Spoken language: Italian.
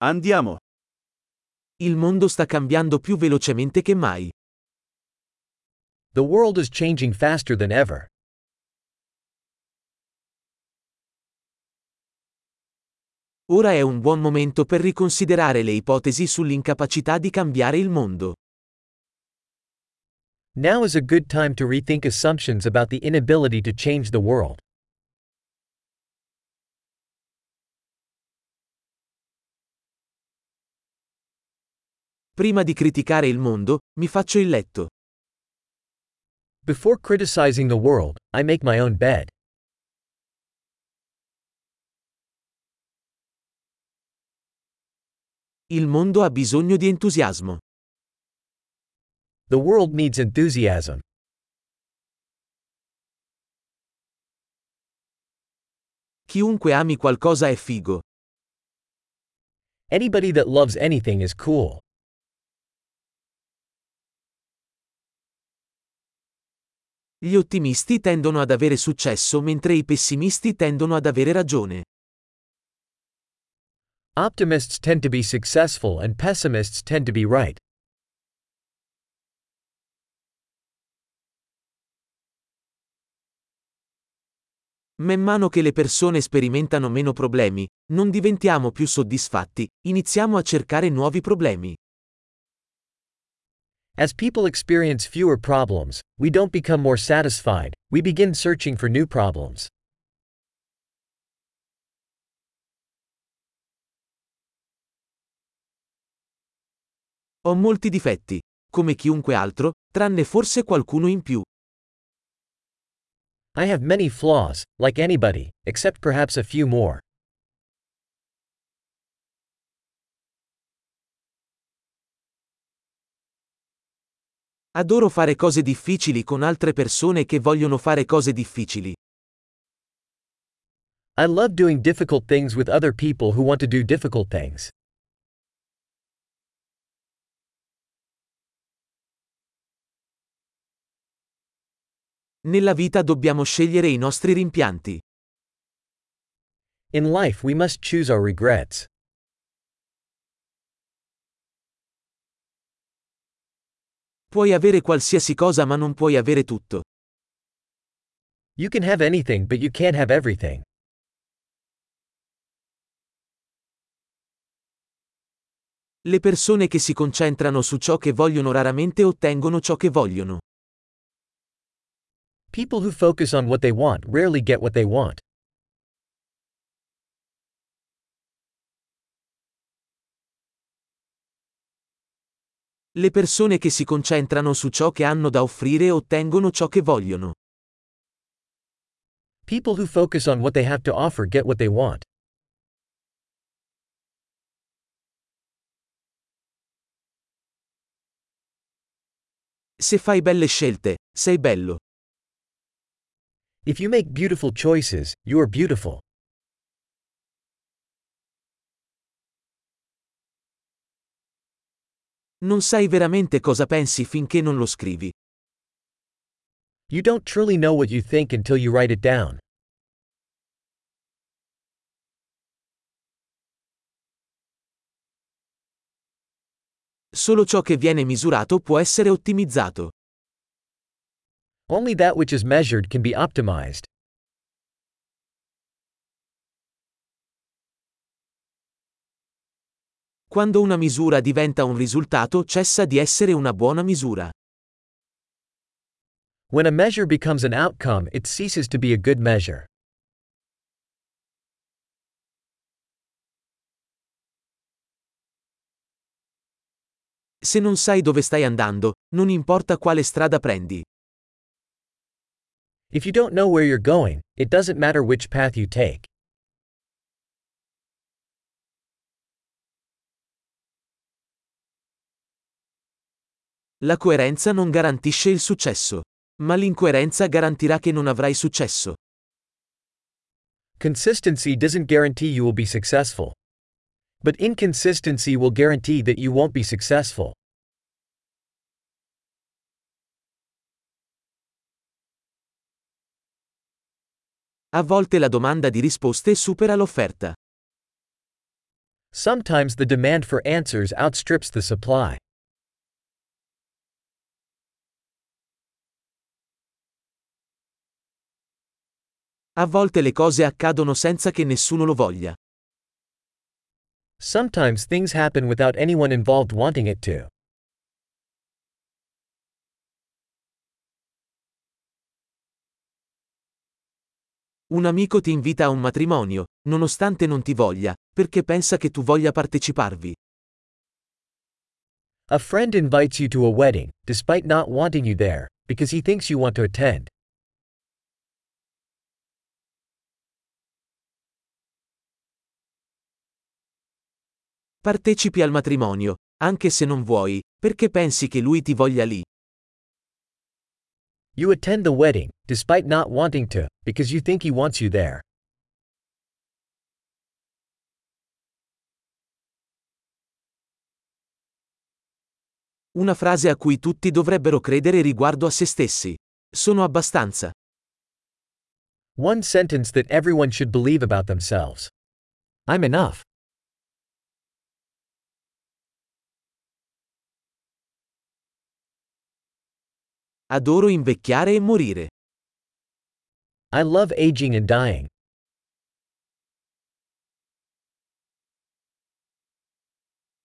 Andiamo. Il mondo sta cambiando più velocemente che mai. The world is changing faster than ever. Ora è un buon momento per riconsiderare le ipotesi sull'incapacità di cambiare il mondo. Now is a good time to rethink assumptions about the inability to change the world. Prima di criticare il mondo, mi faccio il letto. Before criticizing the world, I make my own bed. Il mondo ha bisogno di entusiasmo. The world needs enthusiasm. Chiunque ami qualcosa è figo. Anybody that loves anything is cool. Gli ottimisti tendono ad avere successo mentre i pessimisti tendono ad avere ragione. Optimists tend to be successful and pessimists tend to be right. Man mano che le persone sperimentano meno problemi, non diventiamo più soddisfatti, iniziamo a cercare nuovi problemi. As people experience fewer problems, we don't become more satisfied, we begin searching for new problems. Ho molti difetti, come chiunque altro, tranne forse qualcuno in più. I have many flaws, like anybody, except perhaps a few more. Adoro fare cose difficili con altre persone che vogliono fare cose difficili. I love doing difficult things with other people who want to do difficult things. Nella vita dobbiamo scegliere i nostri rimpianti. In life we must choose our regrets. Puoi avere qualsiasi cosa ma non puoi avere tutto. You can have anything but you can't have everything. Le persone che si concentrano su ciò che vogliono raramente ottengono ciò che vogliono. People who focus on what they want rarely get what they want. Le persone che si concentrano su ciò che hanno da offrire ottengono ciò che vogliono. People who focus on what they have to offer get what they want. Se fai belle scelte, sei bello. If you make beautiful choices, you are beautiful. Non sai veramente cosa pensi finché non lo scrivi. You don't truly know what you think until you write it down. Solo ciò che viene misurato può essere ottimizzato. Only that which is measured can be optimized. Quando una misura diventa un risultato, cessa di essere una buona misura. When a measure becomes an outcome, it ceases to be a good measure. Se non sai dove stai andando, non importa quale strada prendi. If you don't know where you're going, it doesn't matter which path you take. La coerenza non garantisce il successo. Ma l'incoerenza garantirà che non avrai successo. Consistency doesn't guarantee you will be successful. But inconsistency will guarantee that you won't be successful. A volte la domanda di risposte supera l'offerta. Sometimes the demand for answers outstrips the supply. A volte le cose accadono senza che nessuno lo voglia. Sometimes things happen without anyone involved wanting it to. Un amico ti invita a un matrimonio, nonostante non ti voglia, perché pensa che tu voglia parteciparvi. A friend invites you to a wedding, despite not wanting you there, because he thinks you want to attend. Partecipi al matrimonio, anche se non vuoi, perché pensi che lui ti voglia lì. You attend the wedding, despite not wanting to, because you think he wants you there. Una frase a cui tutti dovrebbero credere riguardo a se stessi. Sono abbastanza. One sentence that everyone should believe about themselves. I'm enough. Adoro invecchiare e morire. I love aging and dying.